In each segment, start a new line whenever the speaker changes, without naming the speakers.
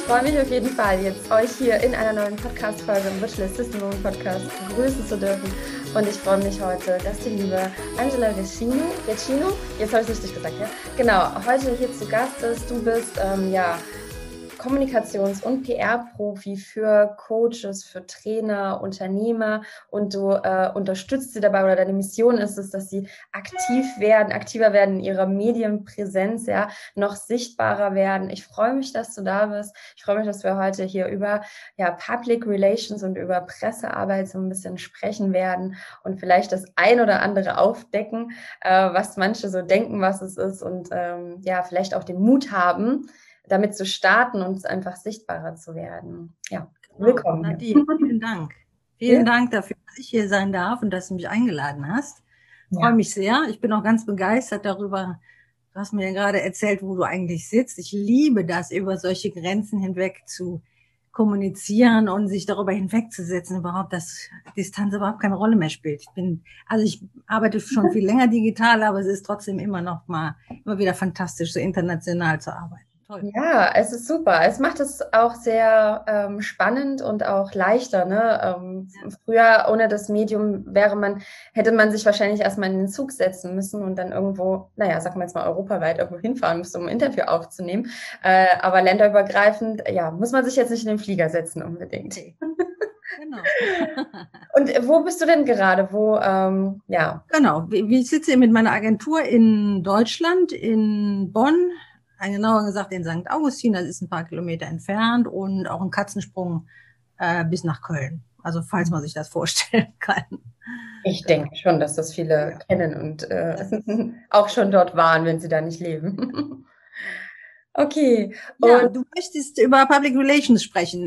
freue mich auf jeden Fall, jetzt euch hier in einer neuen Podcast-Folge im Virtual Assistant Woman Podcast begrüßen zu dürfen. Und ich freue mich heute, dass die liebe Angela Recino, jetzt habe ich es richtig gesagt, ja? Genau, heute hier zu Gast ist. Du bist, Kommunikations- und PR-Profi für Coaches, für Trainer, Unternehmer und du unterstützt sie dabei oder deine Mission ist es, dass sie aktiver werden in ihrer Medienpräsenz, ja, noch sichtbarer werden. Ich freue mich, dass du da bist. Ich freue mich, dass wir heute hier über Public Relations und über Pressearbeit so ein bisschen sprechen werden und vielleicht das ein oder andere aufdecken, was manche so denken, was es ist und vielleicht auch den Mut haben, damit zu starten und einfach sichtbarer zu werden. Ja, willkommen.
Nadine, vielen Dank. Vielen Dank dafür, dass ich hier sein darf und dass du mich eingeladen hast. Ich freue mich sehr. Ich bin auch ganz begeistert darüber. Du hast mir ja gerade erzählt, wo du eigentlich sitzt. Ich liebe das, über solche Grenzen hinweg zu kommunizieren und sich darüber hinwegzusetzen, überhaupt, dass Distanz überhaupt keine Rolle mehr spielt. Ich arbeite schon viel länger digital, aber es ist trotzdem immer wieder fantastisch, so international zu arbeiten.
Ja, es ist super. Es macht es auch sehr spannend und auch leichter. Ne? Früher ohne das Medium hätte man sich wahrscheinlich erstmal in den Zug setzen müssen und dann irgendwo, sagen wir jetzt mal europaweit irgendwo hinfahren müssen, um ein Interview aufzunehmen. Aber länderübergreifend, muss man sich jetzt nicht in den Flieger setzen unbedingt.
Genau.
Und wo bist du denn gerade?
Genau. Ich sitze mit meiner Agentur in Deutschland, in Bonn. Genauer gesagt in St. Augustin, das ist ein paar Kilometer entfernt und auch ein Katzensprung bis nach Köln. Also falls man sich das vorstellen kann.
Ich denke schon, dass das viele kennen und auch schon dort waren, wenn sie da nicht leben. Okay.
Ja, du möchtest über Public Relations sprechen.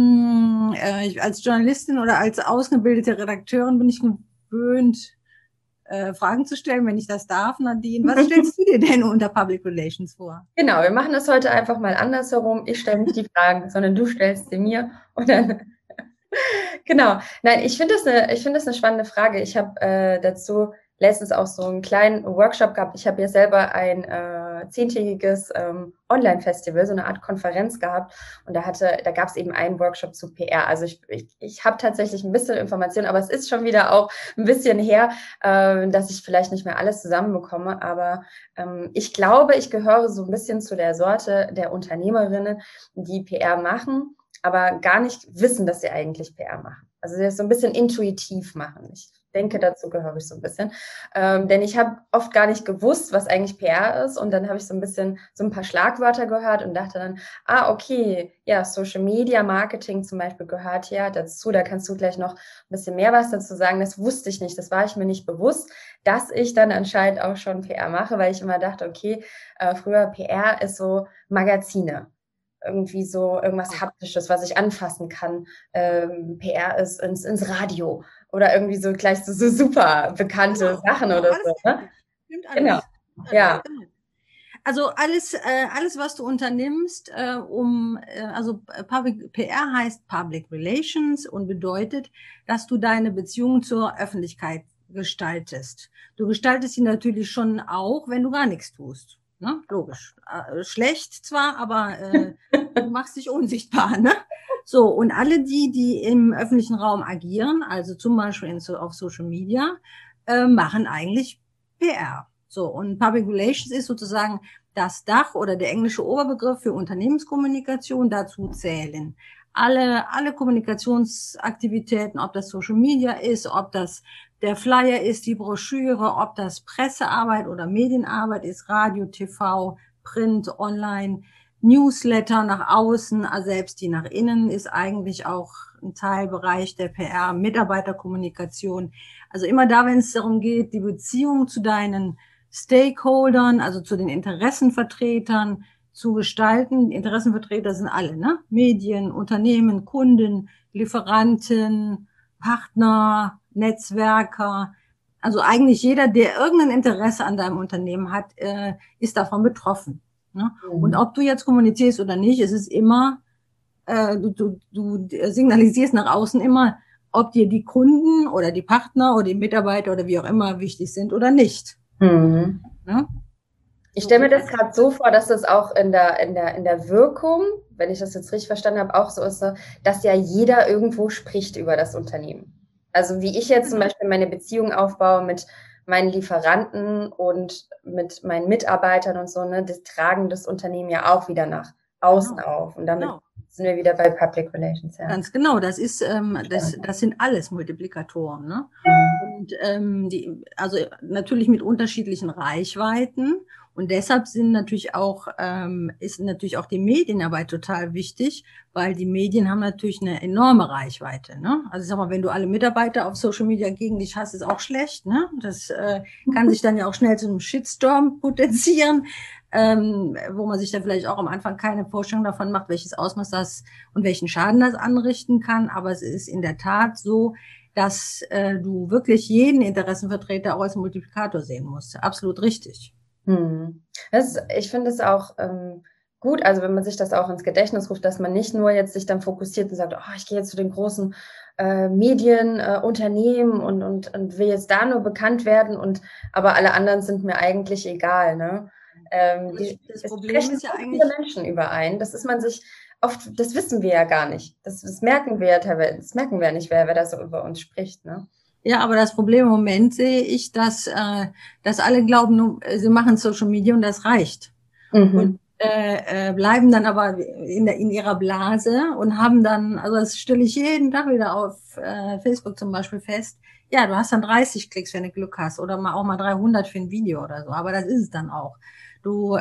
Als Journalistin oder als ausgebildete Redakteurin bin ich gewöhnt, Fragen zu stellen, wenn ich das darf, Nadine. Was stellst du dir denn unter Public Relations vor?
Genau, wir machen das heute einfach mal andersherum. Ich stelle nicht die Fragen, sondern du stellst sie mir und dann genau. Nein, ich finde das eine spannende Frage. Ich habe dazu letztens auch so einen kleinen Workshop gehabt. Ich habe ja selber ein 10-tägiges Online-Festival, so eine Art Konferenz gehabt. Und da gab es eben einen Workshop zu PR. Also ich habe tatsächlich ein bisschen Informationen, aber es ist schon wieder auch ein bisschen her, dass ich vielleicht nicht mehr alles zusammenbekomme. Aber ich glaube, ich gehöre so ein bisschen zu der Sorte der Unternehmerinnen, die PR machen, aber gar nicht wissen, dass sie eigentlich PR machen. Also sie das so ein bisschen intuitiv machen. Ich denke, dazu gehöre ich so ein bisschen. Denn ich habe oft gar nicht gewusst, was eigentlich PR ist. Und dann habe ich so ein paar Schlagwörter gehört und dachte dann, okay, ja, Social Media Marketing zum Beispiel gehört ja dazu. Da kannst du gleich noch ein bisschen mehr was dazu sagen. Das wusste ich nicht. Das war ich mir nicht bewusst, dass ich dann anscheinend auch schon PR mache, weil ich immer dachte, okay, früher PR ist so Magazine. Irgendwie so irgendwas Haptisches, was ich anfassen kann. PR ist ins Radio oder irgendwie so gleich so super bekannte Sachen oder so. Ne?
Stimmt alles.
Genau. Ja.
Also alles, was du unternimmst, Public PR heißt Public Relations und bedeutet, dass du deine Beziehung zur Öffentlichkeit gestaltest. Du gestaltest sie natürlich schon auch, wenn du gar nichts tust. Ne? Logisch. Schlecht zwar, aber du machst dich unsichtbar. Ne? So, und alle die im öffentlichen Raum agieren, also zum Beispiel auf Social Media, machen eigentlich PR. So, und Public Relations ist sozusagen das Dach oder der englische Oberbegriff für Unternehmenskommunikation. Dazu zählen alle Kommunikationsaktivitäten, ob das Social Media ist, ob das der Flyer ist, die Broschüre, ob das Pressearbeit oder Medienarbeit ist, Radio, TV, Print, Online, Newsletter nach außen, selbst die nach innen ist eigentlich auch ein Teilbereich der PR, Mitarbeiterkommunikation. Also immer da, wenn es darum geht, die Beziehung zu deinen Stakeholdern, also zu den Interessenvertretern zu gestalten. Interessenvertreter sind alle, ne? Medien, Unternehmen, Kunden, Lieferanten, Partner, Netzwerker. Also eigentlich jeder, der irgendein Interesse an deinem Unternehmen hat, ist davon betroffen. Ne? Mhm. Und ob du jetzt kommunizierst oder nicht, es ist immer, du signalisierst nach außen immer, ob dir die Kunden oder die Partner oder die Mitarbeiter oder wie auch immer wichtig sind oder nicht.
Mhm.
Ne?
Ich
So,
stelle mir
und
das gerade so vor, dass das auch in der Wirkung, wenn ich das jetzt richtig verstanden habe, auch so ist, so, dass ja jeder irgendwo spricht über das Unternehmen. Also wie ich jetzt zum
genau,
Beispiel meine Beziehung aufbaue mit meinen Lieferanten und mit meinen Mitarbeitern und so, ne, das tragen das Unternehmen ja auch wieder nach außen
genau,
auf. Und damit
genau.
sind wir wieder bei Public Relations, ja.
Ganz genau, das ist,
Spannend.
das sind alles Multiplikatoren, ne?
Mhm.
Und also natürlich mit unterschiedlichen Reichweiten. Und deshalb ist natürlich auch die Medienarbeit total wichtig, weil die Medien haben natürlich eine enorme Reichweite. Ne? Also ich sag mal, wenn du alle Mitarbeiter auf Social Media gegen dich hast, ist auch schlecht. Ne? Das kann sich dann ja auch schnell zu einem Shitstorm potenzieren, wo man sich dann vielleicht auch am Anfang keine Vorstellung davon macht, welches Ausmaß das und welchen Schaden das anrichten kann. Aber es ist in der Tat so, dass du wirklich jeden Interessenvertreter auch als Multiplikator sehen musst. Absolut richtig.
Mhm. Ich finde es auch gut, also wenn man sich das auch ins Gedächtnis ruft, dass man nicht nur jetzt sich dann fokussiert und sagt, oh, ich gehe jetzt zu den großen Medien, Unternehmen und will jetzt da nur bekannt werden aber alle anderen sind mir eigentlich egal, ne?
Das
Es
Problem
sprechen
ist ja
so viele
eigentlich,
Menschen überein, das ist man sich oft, das wissen wir ja gar nicht. Das merken wir ja teilweise, das merken wir ja nicht, wer da so über uns spricht, ne?
ja, aber das Problem im Moment sehe ich, dass alle glauben, sie machen Social Media und das reicht. Und
Mhm.
bleiben dann aber in ihrer Blase und haben dann, also das stelle ich jeden Tag wieder auf Facebook zum Beispiel fest, ja, du hast dann 30 Klicks, wenn du Glück hast, oder mal auch mal 300 für ein Video oder so, aber das ist es dann auch. Du,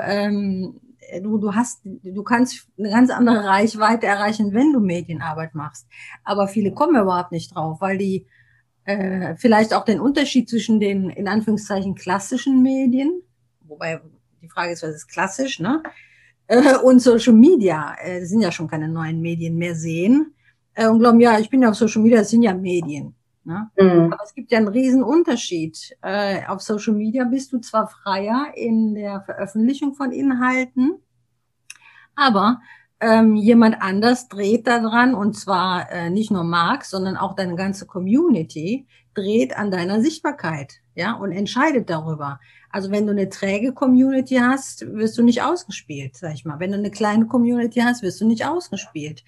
du kannst eine ganz andere Reichweite erreichen, wenn du Medienarbeit machst. Aber viele kommen überhaupt nicht drauf, weil die vielleicht auch den Unterschied zwischen den in Anführungszeichen klassischen Medien, wobei die Frage ist, was ist klassisch, ne? Und Social Media, das sind ja schon keine neuen Medien mehr, sehen und glauben, ja, ich bin ja auf Social Media, das sind ja Medien. Ne?
Mhm.
Aber es gibt ja einen riesen Unterschied. Auf Social Media bist du zwar freier in der Veröffentlichung von Inhalten, aber jemand anders dreht daran, und zwar nicht nur Mark, sondern auch deine ganze Community dreht an deiner Sichtbarkeit, ja, und entscheidet darüber. Also wenn du eine träge Community hast, wirst du nicht ausgespielt, sag ich mal. Wenn du eine kleine Community hast, wirst du nicht ausgespielt.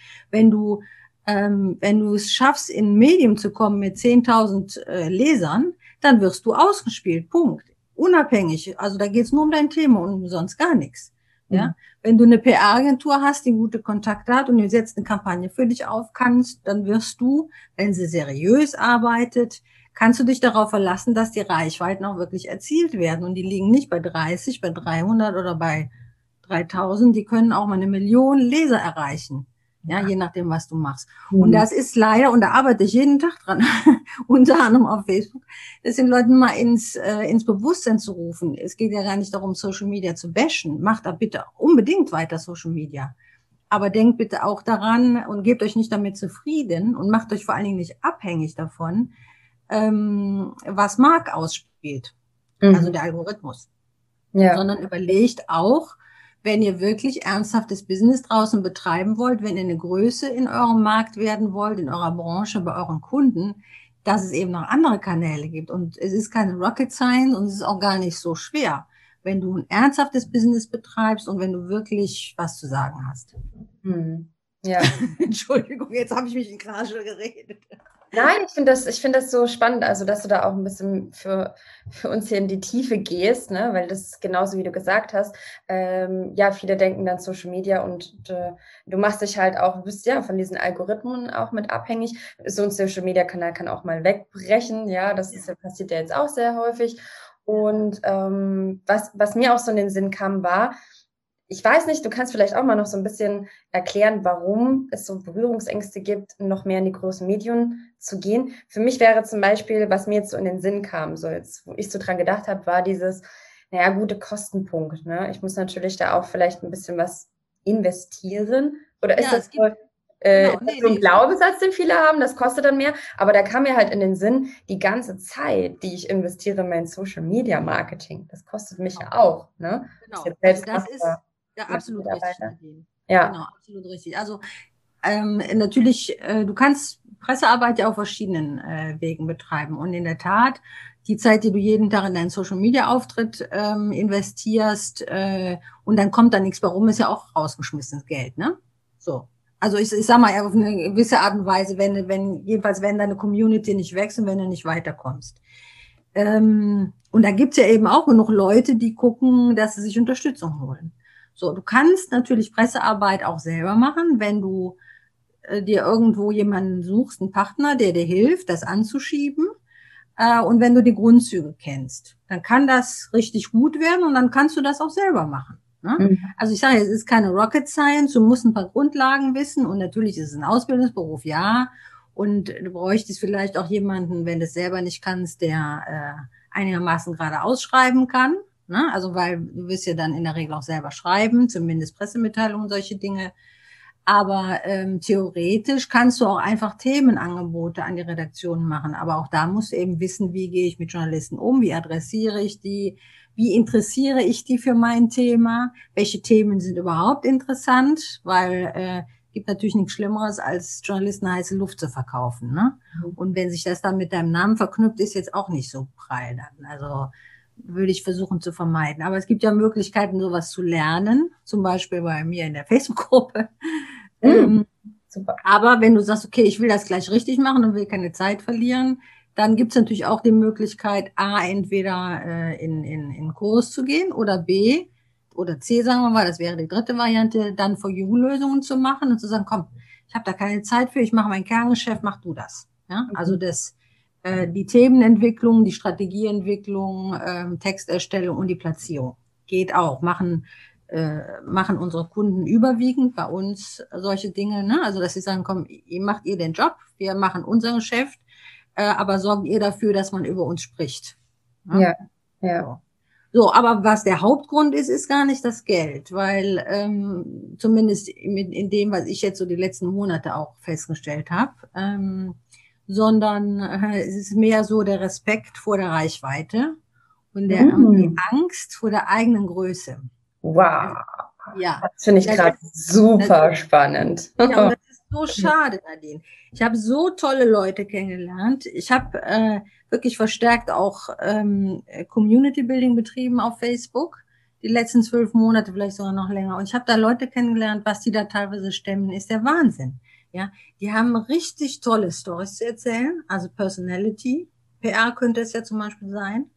Wenn du es schaffst, in ein Medium zu kommen mit 10.000 Lesern, dann wirst du ausgespielt. Punkt. Unabhängig. Also da geht es nur um dein Thema und um sonst gar nichts.
Mhm.
Ja, wenn du eine PR-Agentur hast, die gute Kontakte hat und du setzt eine Kampagne für dich auf kannst, dann wirst du, wenn sie seriös arbeitet, kannst du dich darauf verlassen, dass die Reichweiten auch wirklich erzielt werden. Und die liegen nicht bei 30, bei 300 oder bei 3.000. Die können auch mal 1 Million Leser erreichen. Ja, je nachdem, was du machst. Und
Mhm.
das ist leider, und da arbeite ich jeden Tag dran, unter anderem auf Facebook, das den Leuten mal ins Bewusstsein zu rufen. Es geht ja gar nicht darum, Social Media zu bashen. Macht da bitte unbedingt weiter Social Media. Aber denkt bitte auch daran und gebt euch nicht damit zufrieden und macht euch vor allen Dingen nicht abhängig davon, was Mark ausspielt, also
Mhm.
der Algorithmus,
Ja.
sondern überlegt auch, wenn ihr wirklich ernsthaftes Business draußen betreiben wollt, wenn ihr eine Größe in eurem Markt werden wollt, in eurer Branche, bei euren Kunden, dass es eben noch andere Kanäle gibt. Und es ist keine Rocket Science und es ist auch gar nicht so schwer, wenn du ein ernsthaftes Business betreibst und wenn du wirklich was zu sagen hast.
Mhm. Ja.
Entschuldigung, jetzt habe ich mich in Rage geredet.
Nein, ich finde das so spannend, also dass du da auch ein bisschen für uns hier in die Tiefe gehst, ne? Weil das ist genauso wie du gesagt hast. Ja, viele denken dann Social Media und du machst dich halt auch, du bist ja von diesen Algorithmen auch mit abhängig. So ein Social Media Kanal kann auch mal wegbrechen, ja, das
Ja,
ist ja, passiert ja jetzt auch sehr häufig.
ja.
Und was mir auch so in den Sinn kam, war, ich weiß nicht, du kannst vielleicht auch mal noch so ein bisschen erklären, warum es so Berührungsängste gibt, noch mehr in die großen Medien zu gehen. Für mich wäre zum Beispiel, was mir jetzt so in den Sinn kam, so jetzt, wo ich so dran gedacht habe, war dieses, naja, gute Kostenpunkt. Ne? Ich muss natürlich da auch vielleicht ein bisschen was investieren. Oder ist
Ja,
das
es
so,
gibt, genau,
ist das
nee,
so ein
nee, es gibt,
Glaubenssatz, den viele haben, das kostet dann mehr? Aber da kam mir halt in den Sinn, die ganze Zeit, die ich investiere in mein Social Media Marketing, das kostet mich ja
genau.
auch. Ne? Ich
Genau,
jetzt
also
selbst
das
mache
ist ja
mit
absolut richtig,
Mitarbeitern.
Nadine.
Ja.
Genau, absolut richtig. Also natürlich, du kannst Pressearbeit ja auf verschiedenen Wegen betreiben. Und in der Tat, die Zeit, die du jeden Tag in deinen Social-Media-Auftritt investierst und dann kommt da nichts bei rum, ist ja auch rausgeschmissenes Geld, ne? So. Also ich sag mal, auf eine gewisse Art und Weise, jedenfalls wenn deine Community nicht wächst und wenn du nicht weiterkommst. Und da gibt's ja eben auch genug Leute, die gucken, dass sie sich Unterstützung holen. So, du kannst natürlich Pressearbeit auch selber machen, wenn du dir irgendwo jemanden suchst, einen Partner, der dir hilft, das anzuschieben. Und wenn du die Grundzüge kennst, dann kann das richtig gut werden und dann kannst du das auch selber machen. Ne?
Mhm.
Also ich sage, es ist keine Rocket Science, du musst ein paar Grundlagen wissen und natürlich ist es ein Ausbildungsberuf, ja. Und du bräuchtest vielleicht auch jemanden, wenn du es selber nicht kannst, der einigermaßen gerade ausschreiben kann. Ne? Also weil du wirst ja dann in der Regel auch selber schreiben, zumindest Pressemitteilungen, solche Dinge. Aber theoretisch kannst du auch einfach Themenangebote an die Redaktion machen. Aber auch da musst du eben wissen, wie gehe ich mit Journalisten um, wie adressiere ich die, wie interessiere ich die für mein Thema, welche Themen sind überhaupt interessant, weil gibt natürlich nichts Schlimmeres, als Journalisten heiße Luft zu verkaufen. Ne? Und wenn sich das dann mit deinem Namen verknüpft, ist jetzt auch nicht so prall dann. Also würde ich versuchen zu vermeiden. Aber es gibt ja Möglichkeiten, sowas zu lernen, zum Beispiel bei mir in der Facebook-Gruppe.
Super.
Aber wenn du sagst, okay, ich will das gleich richtig machen und will keine Zeit verlieren, dann gibt's natürlich auch die Möglichkeit, A, entweder in Kurs zu gehen oder B, oder C, sagen wir mal, das wäre die dritte Variante, dann For-You-Lösungen zu machen und zu sagen, komm, ich habe da keine Zeit für, ich mache mein Kerngeschäft, mach du das. Ja? Also die Themenentwicklung, die Strategieentwicklung, Texterstellung und die Platzierung geht auch, machen unsere Kunden überwiegend bei uns solche Dinge, ne? Also dass sie sagen, komm, macht ihr den Job, wir machen unser Geschäft, aber sorgt ihr dafür, dass man über uns spricht.
Ne? Ja.
So, aber was der Hauptgrund ist, ist gar nicht das Geld, weil zumindest in dem, was ich jetzt so die letzten Monate auch festgestellt habe, sondern es ist mehr so der Respekt vor der Reichweite und die Angst vor der eigenen Größe.
Wow.
Ja.
Das finde ich gerade super spannend.
Ja, und das ist so schade, Nadine. Ich habe so tolle Leute kennengelernt. Ich habe wirklich verstärkt auch Community Building betrieben auf Facebook. Die letzten 12 Monate, vielleicht sogar noch länger. Und ich habe da Leute kennengelernt, was die da teilweise stemmen, ist der Wahnsinn. Ja, die haben richtig tolle Stories zu erzählen. Also Personality. PR könnte es ja zum Beispiel sein.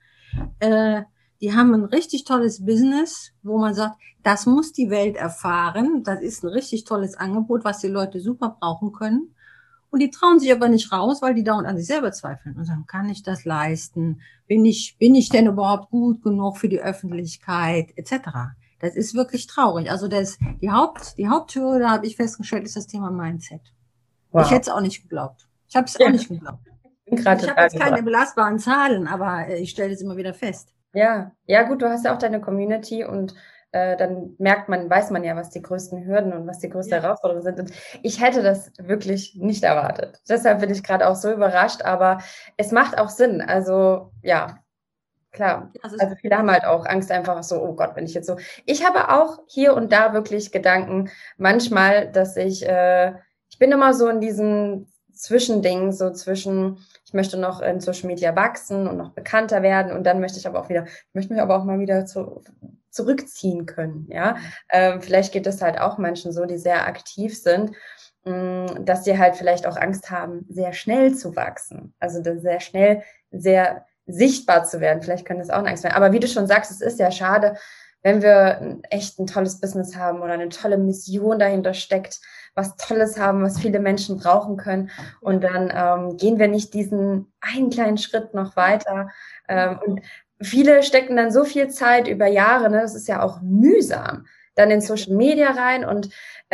Die haben ein richtig tolles Business, wo man sagt, das muss die Welt erfahren. Das ist ein richtig tolles Angebot, was die Leute super brauchen können. Und die trauen sich aber nicht raus, weil die dauernd an sich selber zweifeln und sagen, kann ich das leisten? Bin ich denn überhaupt gut genug für die Öffentlichkeit, etc. Das ist wirklich traurig. Also die Haupthürde, habe ich festgestellt, ist das Thema Mindset. Wow. Ich hätte es auch nicht geglaubt. Ich habe es auch nicht geglaubt. Ich habe jetzt keine belastbaren Zahlen, aber ich stelle es immer wieder fest.
Ja, gut, du hast ja auch deine Community und dann weiß man ja, was die größten Hürden und was die größten Herausforderungen sind. Und ich hätte das wirklich nicht erwartet. Deshalb bin ich gerade auch so überrascht, aber es macht auch Sinn. Also ja, klar. Also viele haben halt auch Angst einfach so, oh Gott, wenn ich jetzt so. Ich habe auch hier und da wirklich Gedanken manchmal, dass ich bin immer so in diesem Zwischending, so zwischen, ich möchte noch in Social Media wachsen und noch bekannter werden und dann möchte ich mich aber auch mal wieder zurückziehen können, ja. Vielleicht geht es halt auch Menschen so, die sehr aktiv sind, dass die halt vielleicht auch Angst haben, sehr schnell zu wachsen, also sehr schnell, sehr sichtbar zu werden. Vielleicht können das auch eine Angst werden. Aber wie du schon sagst, es ist ja schade, wenn wir echt ein tolles Business haben oder eine tolle Mission dahinter steckt, was Tolles haben, was viele Menschen brauchen können. Und dann gehen wir nicht diesen einen kleinen Schritt noch weiter. Und viele stecken dann so viel Zeit über Jahre, ne, das ist ja auch mühsam, dann in Social Media rein und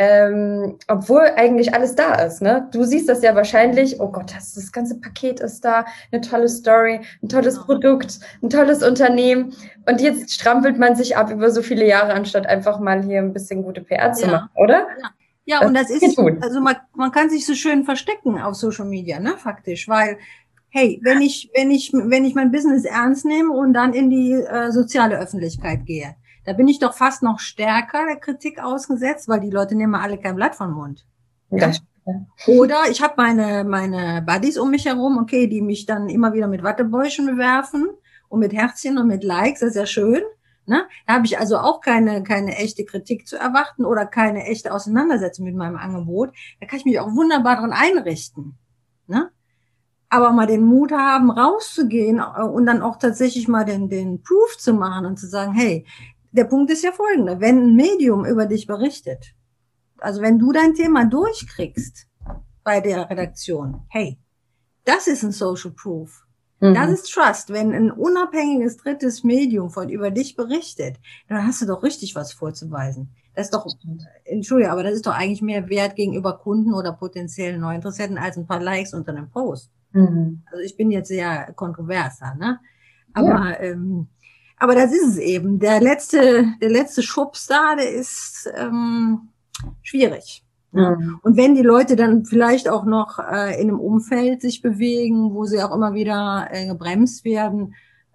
obwohl eigentlich alles da ist, ne? Du siehst das ja wahrscheinlich, oh Gott, das ganze Paket ist da, eine tolle Story, ein tolles Produkt, ein tolles Unternehmen und jetzt strampelt man sich ab über so viele Jahre, anstatt einfach mal hier ein bisschen gute PR zu machen, oder?
Ja, und das ist, also man kann sich so schön verstecken auf Social Media, ne, faktisch, weil hey, wenn ich mein Business ernst nehme und dann in die soziale Öffentlichkeit gehe, da bin ich doch fast noch stärker der Kritik ausgesetzt, weil die Leute nehmen alle kein Blatt vom Mund. Ja? Oder ich habe meine Buddies um mich herum, okay, die mich dann immer wieder mit Wattebäuschen bewerfen und mit Herzchen und mit Likes, das ist ja schön. Ne? Da habe ich also auch keine echte Kritik zu erwarten oder keine echte Auseinandersetzung mit meinem Angebot. Da kann ich mich auch wunderbar dran einrichten. Ne? Aber mal den Mut haben, rauszugehen und dann auch tatsächlich mal den Proof zu machen und zu sagen, hey, der Punkt ist ja folgender, wenn ein Medium über dich berichtet, also wenn du dein Thema durchkriegst bei der Redaktion, hey, das ist ein Social Proof. Das ist Trust. Wenn ein unabhängiges drittes Medium von über dich berichtet, dann hast du doch richtig was vorzuweisen. Das ist doch, Entschuldige, aber das ist doch eigentlich mehr wert gegenüber Kunden oder potenziellen Neuinteressenten als ein paar Likes unter einem Post. Also ich bin jetzt sehr kontroverser, ne? Aber, ja. Aber das ist es eben. Der letzte Schubs da, der ist schwierig. Ja. Und wenn die Leute dann vielleicht auch noch in einem Umfeld sich bewegen, wo sie auch immer wieder gebremst werden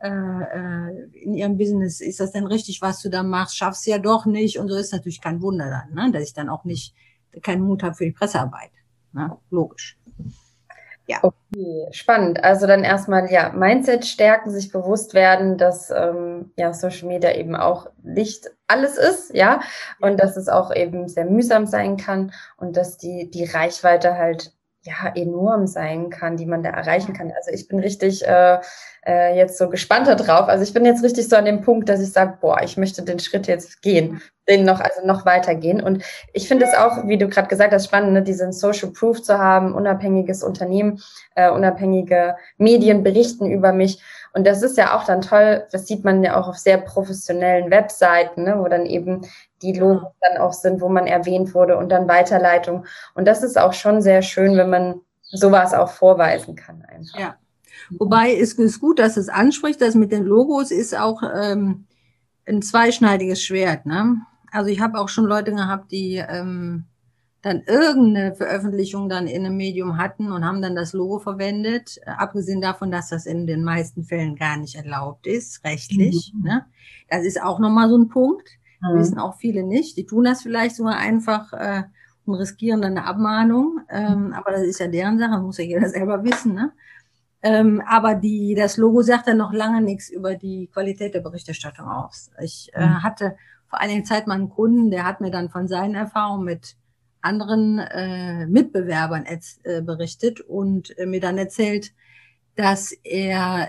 in ihrem Business, ist das denn richtig, was du da machst? Schaffst du ja doch nicht. Und so ist natürlich kein Wunder dann, ne? Dass ich dann auch nicht keinen Mut habe für die Pressearbeit. Ne? Logisch.
Ja. Okay, spannend. Also dann erstmal, ja, Mindset stärken, sich bewusst werden, dass ja, Social Media eben auch nicht alles ist, ja, und dass es auch eben sehr mühsam sein kann und dass die Reichweite halt ja enorm sein kann, die man da erreichen kann. Also ich bin richtig jetzt so gespannt drauf. Also ich bin jetzt richtig so an dem Punkt, dass ich sage, boah, ich möchte den Schritt jetzt gehen, noch weitergehen. Und ich finde es auch, wie du gerade gesagt hast, spannend, ne, diesen Social Proof zu haben, unabhängiges Unternehmen, unabhängige Medien berichten über mich. Und das ist ja auch dann toll, das sieht man ja auch auf sehr professionellen Webseiten, ne, wo dann eben die Logos dann auch sind, wo man erwähnt wurde und dann Weiterleitung. Und das ist auch schon sehr schön, wenn man sowas auch vorweisen kann einfach.
Ja. Wobei es ist gut, dass es anspricht, das mit den Logos ist auch ein zweischneidiges Schwert. Ne? Also ich habe auch schon Leute gehabt, die dann irgendeine Veröffentlichung dann in einem Medium hatten und haben dann das Logo verwendet, abgesehen davon, dass das in den meisten Fällen gar nicht erlaubt ist, rechtlich. Ne? Das ist auch nochmal so ein Punkt. Wissen auch viele nicht. Die tun das vielleicht sogar einfach und riskieren dann eine Abmahnung. Aber das ist ja deren Sache, muss ja jeder selber wissen. Ne? Aber das Logo sagt dann noch lange nichts über die Qualität der Berichterstattung aus. Ich hatte vor einiger Zeit mal einen Kunden, der hat mir dann von seinen Erfahrungen mit anderen Mitbewerbern berichtet und mir dann erzählt, dass der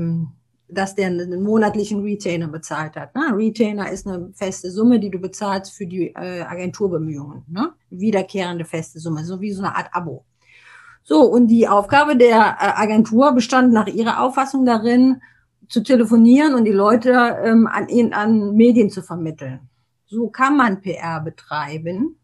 einen monatlichen Retainer bezahlt hat. Ne? Retainer ist eine feste Summe, die du bezahlst für die Agenturbemühungen. Ne? Wiederkehrende feste Summe, so wie so eine Art Abo. So, und die Aufgabe der Agentur bestand nach ihrer Auffassung darin, zu telefonieren und die Leute an Medien zu vermitteln. So kann man PR betreiben.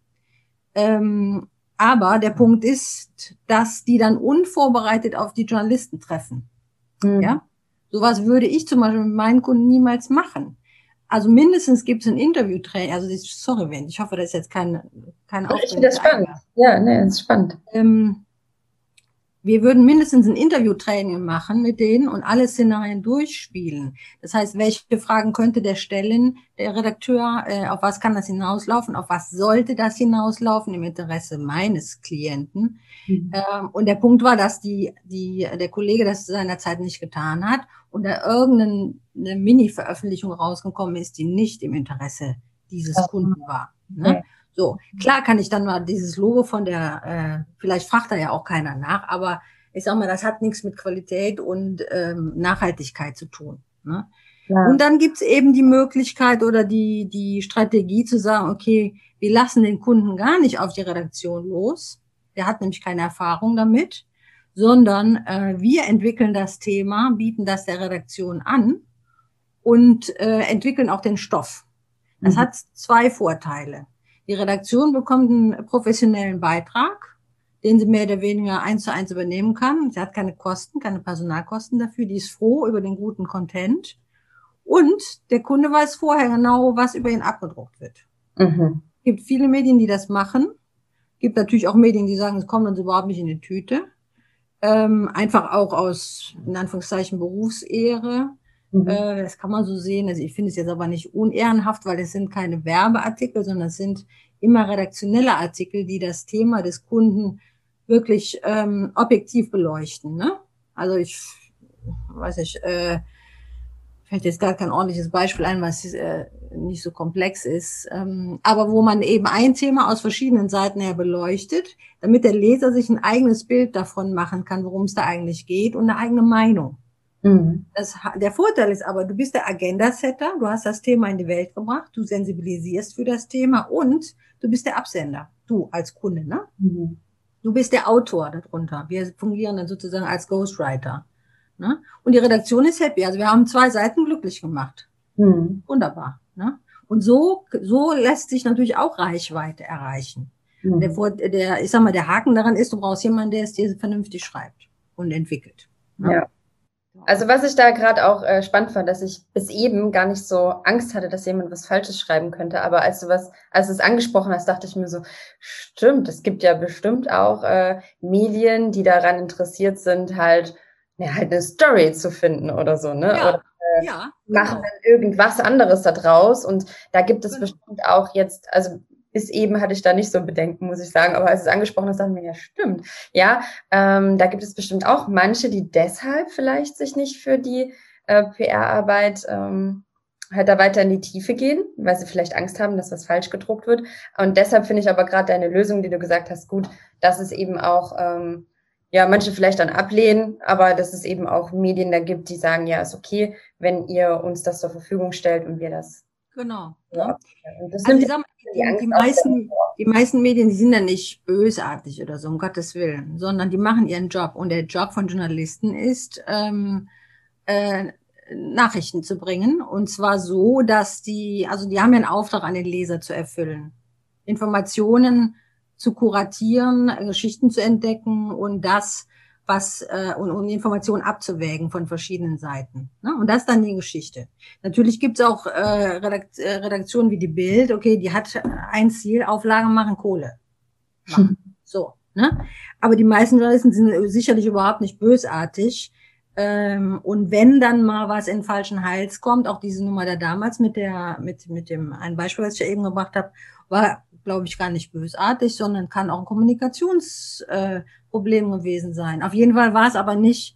Aber der Punkt ist, dass die dann unvorbereitet auf die Journalisten treffen. Ja? Sowas würde ich zum Beispiel mit meinen Kunden niemals machen. Also mindestens gibt es ein Interview-Training. Also sorry, Wendy, ich hoffe, das ist jetzt kein
Aufbau. Ich finde das spannend. Ja, ne, das ist spannend.
Wir würden mindestens ein Interview-Training machen mit denen und alle Szenarien durchspielen. Das heißt, welche Fragen könnte der stellen, der Redakteur, auf was kann das hinauslaufen, auf was sollte das hinauslaufen im Interesse meines Klienten. Und der Punkt war, dass der Kollege das seinerzeit nicht getan hat und da irgendeine Mini-Veröffentlichung rausgekommen ist, die nicht im Interesse dieses Kunden war. Ne? So, klar kann ich dann mal dieses Logo von vielleicht fragt da ja auch keiner nach, aber ich sag mal, das hat nichts mit Qualität und Nachhaltigkeit zu tun. Ne? Ja. Und dann gibt's eben die Möglichkeit oder die Strategie zu sagen, okay, wir lassen den Kunden gar nicht auf die Redaktion los. Der hat nämlich keine Erfahrung damit, sondern wir entwickeln das Thema, bieten das der Redaktion an und entwickeln auch den Stoff. Das hat zwei Vorteile. Die Redaktion bekommt einen professionellen Beitrag, den sie mehr oder weniger 1:1 übernehmen kann. Sie hat keine Kosten, keine Personalkosten dafür. Die ist froh über den guten Content. Und der Kunde weiß vorher genau, was über ihn abgedruckt wird. Es gibt viele Medien, die das machen. Es gibt natürlich auch Medien, die sagen, es kommt uns überhaupt nicht in die Tüte. Einfach auch aus, in Anführungszeichen, Berufsehre. Das kann man so sehen. Also ich finde es jetzt aber nicht unehrenhaft, weil es sind keine Werbeartikel, sondern es sind immer redaktionelle Artikel, die das Thema des Kunden wirklich objektiv beleuchten. Ne? Also ich weiß nicht, fällt jetzt gar kein ordentliches Beispiel ein, was nicht so komplex ist, aber wo man eben ein Thema aus verschiedenen Seiten her beleuchtet, damit der Leser sich ein eigenes Bild davon machen kann, worum es da eigentlich geht und eine eigene Meinung.
Mhm.
Der Vorteil ist aber, du bist der Agenda-Setter, du hast das Thema in die Welt gebracht, du sensibilisierst für das Thema und du bist der Absender, du als Kunde, ne?
Mhm.
Du bist der Autor darunter. Wir fungieren dann sozusagen als Ghostwriter. Ne? Und die Redaktion ist happy. Also wir haben 2 Seiten glücklich gemacht.
Mhm.
Wunderbar. Ne? Und so lässt sich natürlich auch Reichweite erreichen.
Mhm.
Ich sag mal, der Haken daran ist, du brauchst jemanden, der es dir vernünftig schreibt und entwickelt. Ne?
Ja. Also was ich da gerade auch spannend fand, dass ich bis eben gar nicht so Angst hatte, dass jemand was Falsches schreiben könnte. Aber als du es angesprochen hast, dachte ich mir so, stimmt, es gibt ja bestimmt auch Medien, die daran interessiert sind, halt eine Story zu finden oder so, ne?
Ja,
Oder
ja,
machen
genau.
dann irgendwas anderes da draus. Und da gibt es
Genau.
bestimmt auch jetzt, also bis eben hatte ich da nicht so ein Bedenken, muss ich sagen. Aber als es angesprochen hast, dachte ich mir, ja, stimmt. Ja, da gibt es bestimmt auch manche, die deshalb vielleicht sich nicht für die PR-Arbeit halt da weiter in die Tiefe gehen, weil sie vielleicht Angst haben, dass was falsch gedruckt wird. Und deshalb finde ich aber gerade deine Lösung, die du gesagt hast, gut, dass es eben auch ja, manche vielleicht dann ablehnen, aber dass es eben auch Medien da gibt, die sagen, ja, ist okay, wenn ihr uns das zur Verfügung stellt und wir das.
Genau.
Ja,
Ne?
und das
Also
nimmt
ich sag mal,
die
die
Angst auch.
meisten Medien, die sind ja nicht bösartig oder so, um Gottes Willen, sondern die machen ihren Job. Und der Job von Journalisten ist, äh, Nachrichten zu bringen. Und zwar so, dass also die haben ja einen Auftrag an den Leser zu erfüllen. Informationen zu kuratieren, Geschichten zu entdecken und und Informationen abzuwägen von verschiedenen Seiten. Ne? Und das ist dann die Geschichte. Natürlich gibt's auch Redaktionen wie die Bild, okay, die hat ein Ziel, Auflagen machen, Kohle machen. So, ne? Aber die meisten Journalisten sind sicherlich überhaupt nicht bösartig. Und wenn dann mal was in den falschen Hals kommt, auch diese Nummer da damals mit dem, ein Beispiel, was ich ja eben gebracht habe, war, glaube ich, gar nicht bösartig, sondern kann auch ein Kommunikationsproblem gewesen sein. Auf jeden Fall war es aber nicht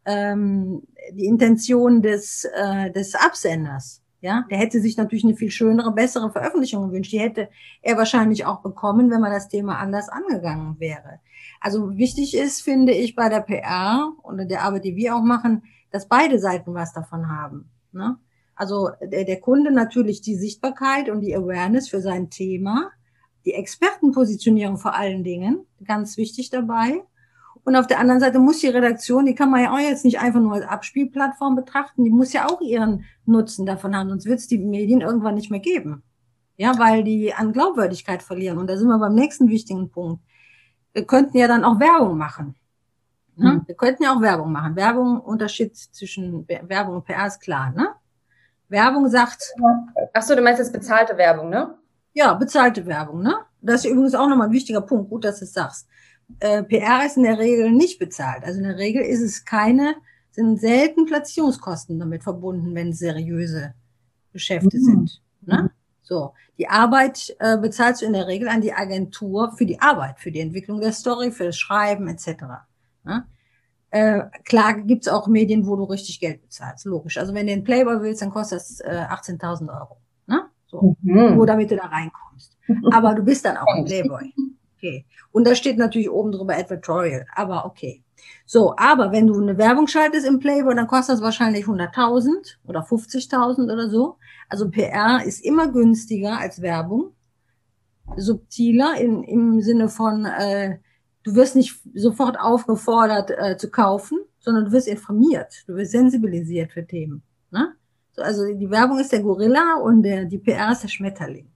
die Intention des Absenders. Ja, der hätte sich natürlich eine viel schönere, bessere Veröffentlichung gewünscht. Die hätte er wahrscheinlich auch bekommen, wenn man das Thema anders angegangen wäre. Also wichtig ist, finde ich, bei der PR oder der Arbeit, die wir auch machen, dass beide Seiten was davon haben. Ne? Also der Kunde natürlich die Sichtbarkeit und die Awareness für sein Thema, die Expertenpositionierung vor allen Dingen, ganz wichtig dabei. Und auf der anderen Seite muss die Redaktion, die kann man ja auch jetzt nicht einfach nur als Abspielplattform betrachten, die muss ja auch ihren Nutzen davon haben, sonst wird es die Medien irgendwann nicht mehr geben. Ja, weil die an Glaubwürdigkeit verlieren. Und da sind wir beim nächsten wichtigen Punkt. Wir könnten ja dann auch Werbung machen. Ne? Wir könnten ja auch Werbung machen. Werbung, Unterschied zwischen Werbung und PR ist klar, ne? Werbung sagt.
Ach so, du meinst jetzt bezahlte Werbung, ne?
Ja, bezahlte Werbung, ne? Das ist übrigens auch nochmal ein wichtiger Punkt. Gut, dass du es sagst. PR ist in der Regel nicht bezahlt. Also in der Regel sind selten Platzierungskosten damit verbunden, wenn es seriöse Geschäfte sind. Ne? So, die Arbeit bezahlst du in der Regel an die Agentur für die Arbeit, für die Entwicklung der Story, für das Schreiben etc. Ne? Klar gibt's auch Medien, wo du richtig Geld bezahlst, logisch. Also wenn du den Playboy willst, dann kostet das 18.000 Euro. Ne? So, nur damit du da reinkommst. Aber du bist dann auch ein Playboy. Okay. Und da steht natürlich oben drüber Advertorial, aber okay. So, aber wenn du eine Werbung schaltest im Playboy, dann kostet das wahrscheinlich 100.000 oder 50.000 oder so. Also PR ist immer günstiger als Werbung, subtiler im Sinne von, du wirst nicht sofort aufgefordert zu kaufen, sondern du wirst informiert, du wirst sensibilisiert für Themen. Ne? So, also die Werbung ist der Gorilla und die PR ist der Schmetterling.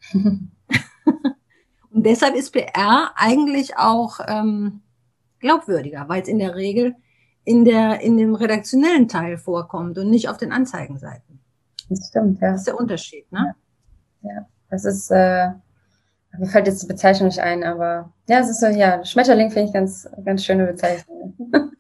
Und deshalb ist PR eigentlich auch glaubwürdiger, weil es in der Regel in dem redaktionellen Teil vorkommt und nicht auf den Anzeigenseiten.
Das stimmt, ja.
Das ist der Unterschied, ne?
Ja, das ist, mir fällt jetzt die Bezeichnung nicht ein, aber ja, es ist so, ja, Schmetterling finde ich ganz, ganz schöne Bezeichnung.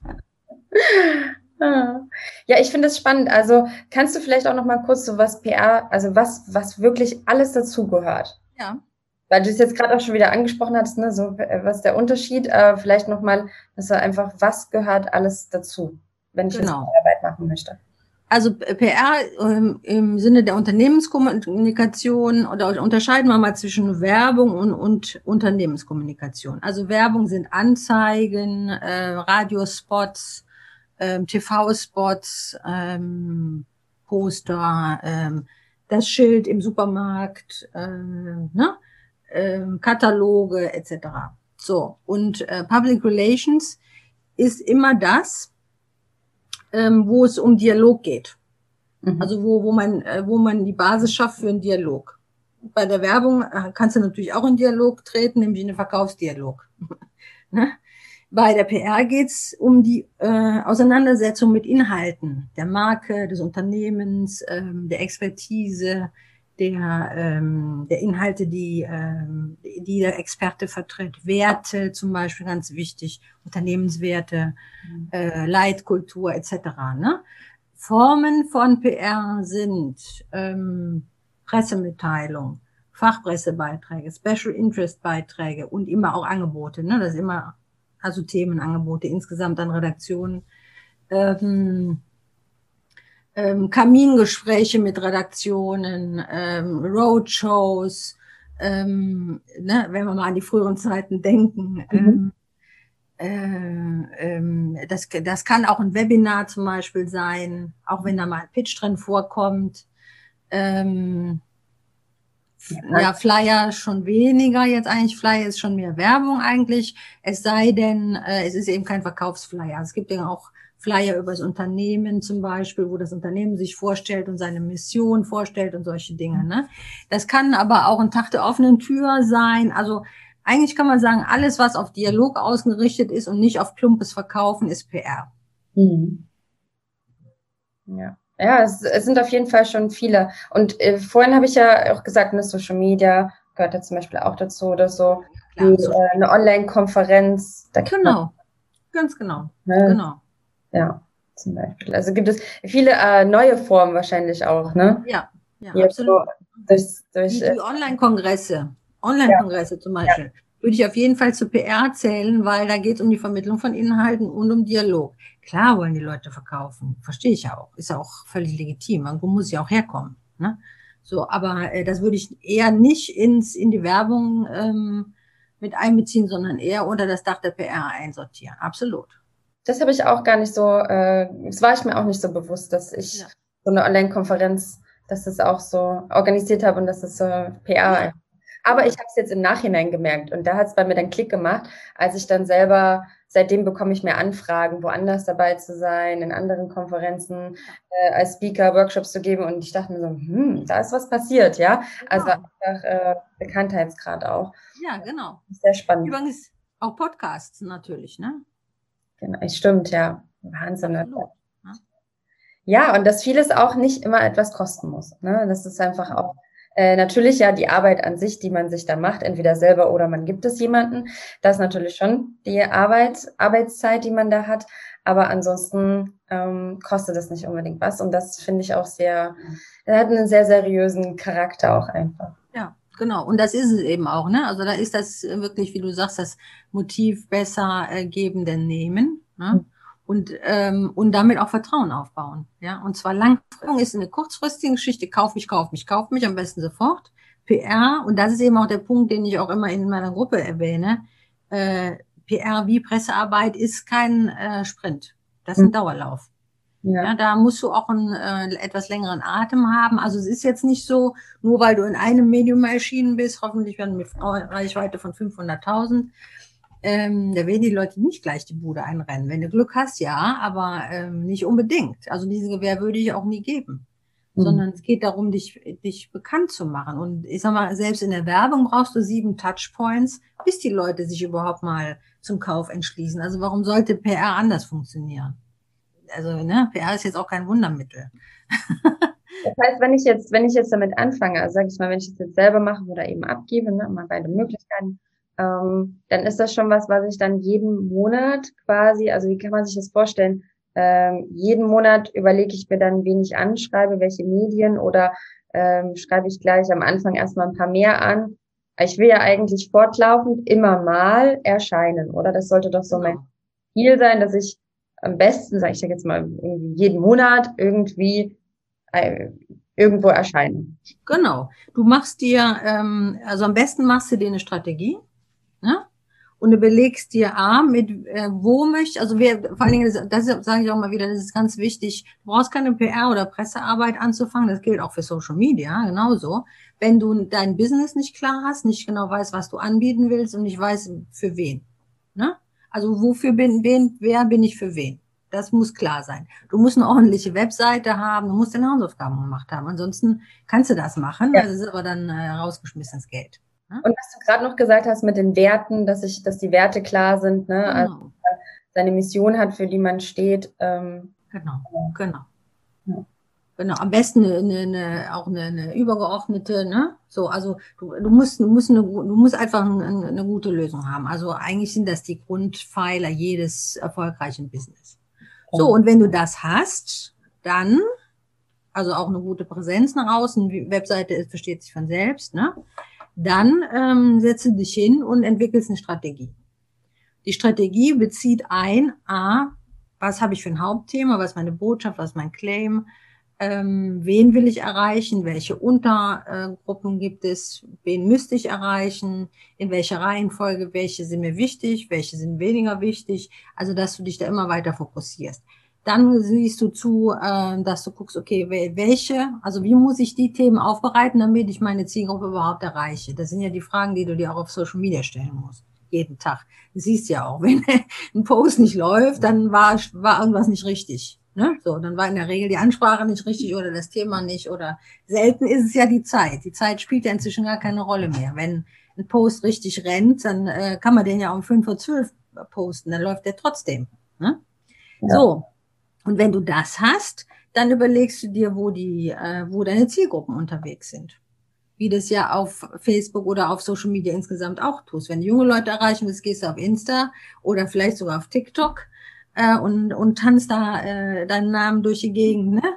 Ja, ich finde es spannend. Also kannst du vielleicht auch noch mal kurz so was PR, also was wirklich alles dazugehört?
Ja.
weil du es jetzt gerade auch schon wieder angesprochen hattest, ne, so, was ist der Unterschied? Vielleicht nochmal, dass er einfach, was gehört alles dazu, wenn ich jetzt
Genau.
Arbeit machen möchte?
Also PR im Sinne der Unternehmenskommunikation, oder unterscheiden wir mal zwischen Werbung und Unternehmenskommunikation. Also Werbung sind Anzeigen, Radiospots, TV-Spots, Poster, das Schild im Supermarkt, ne? Kataloge etc. So, und Public Relations ist immer das, wo es um Dialog geht. Also wo man die Basis schafft für einen Dialog. Bei der Werbung kannst du natürlich auch in Dialog treten, nämlich in den Verkaufsdialog. Ne? Bei der PR geht's um die Auseinandersetzung mit Inhalten der Marke, des Unternehmens, der Expertise, der Inhalte, die der Experte vertritt. Werte zum Beispiel, ganz wichtig, Unternehmenswerte, Leitkultur etc. Ne? Formen von PR sind Pressemitteilung, Fachpressebeiträge, Special Interest Beiträge und immer auch Angebote. Ne? Das ist immer, also Themenangebote insgesamt an Redaktionen. Kamingespräche mit Redaktionen, Roadshows, ne? Wenn wir mal an die früheren Zeiten denken. Das kann auch ein Webinar zum Beispiel sein, auch wenn da mal ein Pitch drin vorkommt. Ja, Flyer schon weniger jetzt eigentlich. Flyer ist schon mehr Werbung eigentlich. Es sei denn, es ist eben kein Verkaufsflyer. Es gibt ja auch Flyer über das Unternehmen zum Beispiel, wo das Unternehmen sich vorstellt und seine Mission vorstellt und solche Dinge. Ne? Das kann aber auch ein Tag der offenen Tür sein. Also eigentlich kann man sagen, alles, was auf Dialog ausgerichtet ist und nicht auf plumpes Verkaufen, ist PR.
Mhm. Ja. Ja, es sind auf jeden Fall schon viele. Und vorhin habe ich ja auch gesagt, ne, Social Media gehört ja zum Beispiel auch dazu oder so.
Klar,
Eine Online-Konferenz.
Genau, ganz genau.
Ne,
Genau.
ja, zum Beispiel. Also gibt es viele neue Formen wahrscheinlich auch, ne?
Ja, ja,
Jetzt
absolut.
So,
Die Online-Kongresse zum Beispiel, würde ich auf jeden Fall zu PR zählen, weil da geht es um die Vermittlung von Inhalten und um Dialog. Klar wollen die Leute verkaufen, verstehe ich auch, ist auch völlig legitim, irgendwo muss ja auch herkommen. Ne? So, aber das würde ich eher nicht in die Werbung mit einbeziehen, sondern eher unter das Dach der PR einsortieren. Absolut.
Das habe ich auch gar nicht so, das war ich mir auch nicht so bewusst, dass ich so eine Online-Konferenz, dass das auch so organisiert habe und dass das so PR. Ja. Aber ich habe es jetzt im Nachhinein gemerkt und da hat es bei mir dann Klick gemacht, als ich dann selber, seitdem bekomme ich mehr Anfragen, woanders dabei zu sein, in anderen Konferenzen als Speaker Workshops zu geben und ich dachte mir so, da ist was passiert, ja. Also einfach Bekanntheitsgrad auch.
Ja, genau.
Sehr spannend.
Übrigens auch Podcasts natürlich, ne?
Genau, stimmt, ja. Wahnsinn.
Absolut.
Ja, und dass vieles auch nicht immer etwas kosten muss. Ne? Das ist einfach auch natürlich ja die Arbeit an sich, die man sich da macht, entweder selber oder man gibt es jemanden. Das ist natürlich schon die Arbeitszeit, die man da hat. Aber ansonsten kostet das nicht unbedingt was. Und das finde ich auch er hat einen sehr seriösen Charakter auch einfach.
Ja, genau. Und das ist es eben auch, ne? Also da ist das wirklich, wie du sagst, das Motiv besser geben denn nehmen. Ne? Und damit auch Vertrauen aufbauen. Ja, und zwar langfristig ist eine kurzfristige Geschichte, kauf mich, am besten sofort. PR, und das ist eben auch der Punkt, den ich auch immer in meiner Gruppe erwähne, PR wie Pressearbeit ist kein Sprint. Das ist ein Dauerlauf. Ja, da musst du auch einen etwas längeren Atem haben. Also es ist jetzt nicht so, nur weil du in einem Medium erschienen bist, hoffentlich werden mit Reichweite von 500.000, da werden die Leute nicht gleich die Bude einrennen. Wenn du Glück hast, ja, aber nicht unbedingt. Also diese Gewähr würde ich auch nie geben. Sondern es geht darum, dich bekannt zu machen. Und ich sag mal, selbst in der Werbung brauchst du 7 Touchpoints, bis die Leute sich überhaupt mal zum Kauf entschließen. Also warum sollte PR anders funktionieren? Also, ne, PR ist jetzt auch kein Wundermittel.
Das heißt, wenn ich jetzt damit anfange, also sage ich mal, wenn ich es jetzt selber mache oder eben abgebe, ne, mal beide Möglichkeiten, dann ist das schon was ich dann jeden Monat quasi, also wie kann man sich das vorstellen? Jeden Monat überlege ich mir dann, wen ich anschreibe, welche Medien oder schreibe ich gleich am Anfang erstmal ein paar mehr an Ich will ja eigentlich fortlaufend immer mal erscheinen, oder? Das sollte doch so mein
Genau.
Ziel sein, dass ich am besten, sage ich jetzt mal, irgendwie jeden Monat irgendwie äh, irgendwo erscheine.
Genau. Du machst dir, also am besten machst du dir eine Strategie, ne? Und überlegst dir, wo möchte, also vor allen Dingen, das sage ich auch mal wieder, das ist ganz wichtig. Du brauchst keine PR oder Pressearbeit anzufangen. Das gilt auch für Social Media, genauso. Wenn du dein Business nicht klar hast, nicht genau weißt, was du anbieten willst und nicht weißt, für wen, ne? Also wer bin ich für wen? Das muss klar sein. Du musst eine ordentliche Webseite haben, du musst deine Hausaufgaben gemacht haben. Ansonsten kannst du das machen,
Ja.
das ist aber dann rausgeschmissenes Geld. Ne?
Und was du gerade noch gesagt hast mit den Werten, dass die Werte klar sind, ne? Also
Genau,
seine Mission hat, für die man steht.
genau, genau.
Ja.
Genau, am besten auch eine übergeordnete, ne? So, also du musst einfach eine gute Lösung haben. Also eigentlich sind das die Grundpfeiler jedes erfolgreichen Business. So,
Ja.
und wenn du das hast, dann, also auch eine gute Präsenz nach außen, die Webseite versteht sich von selbst, ne? Dann setzt du dich hin und entwickelst eine Strategie. Die Strategie bezieht was habe ich für ein Hauptthema, was ist meine Botschaft, was ist mein Claim, wen will ich erreichen, welche Untergruppen gibt es, wen müsste ich erreichen, in welcher Reihenfolge, welche sind mir wichtig, welche sind weniger wichtig, also dass du dich da immer weiter fokussierst. Dann siehst du zu, dass du guckst, okay, also wie muss ich die Themen aufbereiten, damit ich meine Zielgruppe überhaupt erreiche. Das sind ja die Fragen, die du dir auch auf Social Media stellen musst, jeden Tag. Du siehst ja auch, wenn ein Post nicht läuft, dann war irgendwas nicht richtig. Ne? So, dann war in der Regel die Ansprache nicht richtig oder das Thema nicht oder selten ist es ja die Zeit. Die Zeit spielt ja inzwischen gar keine Rolle mehr. Wenn ein Post richtig rennt, dann kann man den ja um 5:12 posten, dann läuft der trotzdem. Ne?
Ja.
So, und wenn du das hast, dann überlegst du dir, wo deine Zielgruppen unterwegs sind. Wie das ja auf Facebook oder auf Social Media insgesamt auch tust. Wenn du junge Leute erreichen willst, gehst du auf Insta oder vielleicht sogar auf TikTok und tanzt da deinen Namen durch die Gegend. Ne?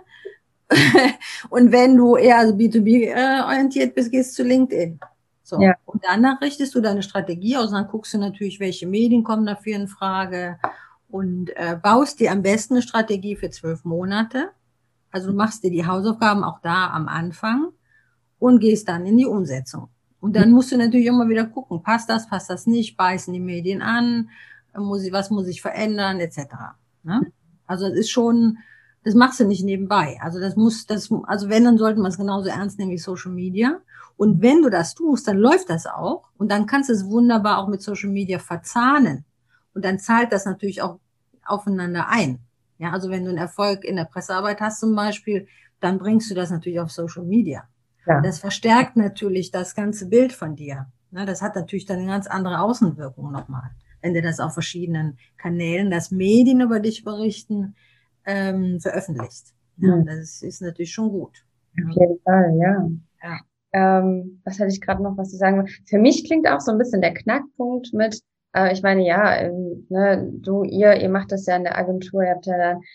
Und wenn du eher also B2B orientiert bist, gehst du zu LinkedIn. So.
Ja.
Und danach richtest du deine Strategie aus und dann guckst du natürlich, welche Medien kommen dafür in Frage und baust dir am besten eine Strategie für 12 Monate. Also du machst dir die Hausaufgaben auch da am Anfang und gehst dann in die Umsetzung. Und dann musst du natürlich immer wieder gucken, passt das nicht, beißen die Medien an, was muss ich verändern, etc. Ne? Also es ist schon, das machst du nicht nebenbei. Also wenn, dann sollte man es genauso ernst nehmen wie Social Media. Und wenn du das tust, dann läuft das auch. Und dann kannst du es wunderbar auch mit Social Media verzahnen. Und dann zahlt das natürlich auch aufeinander ein. Ja, also wenn du einen Erfolg in der Pressearbeit hast zum Beispiel, dann bringst du das natürlich auf Social Media.
Ja.
Das verstärkt natürlich das ganze Bild von dir. Das hat natürlich dann eine ganz andere Außenwirkung nochmal, wenn du das auf verschiedenen Kanälen, dass Medien über dich berichten, veröffentlichst. Ja,
Hm.
das ist natürlich schon gut.
Auf
Ja,
jeden Fall, ja.
ja.
Was hatte ich gerade noch, was zu sagen will? Für mich klingt auch so ein bisschen der Knackpunkt mit, ich meine, ja, ne, ihr macht das ja in der Agentur, ihr habt ja dann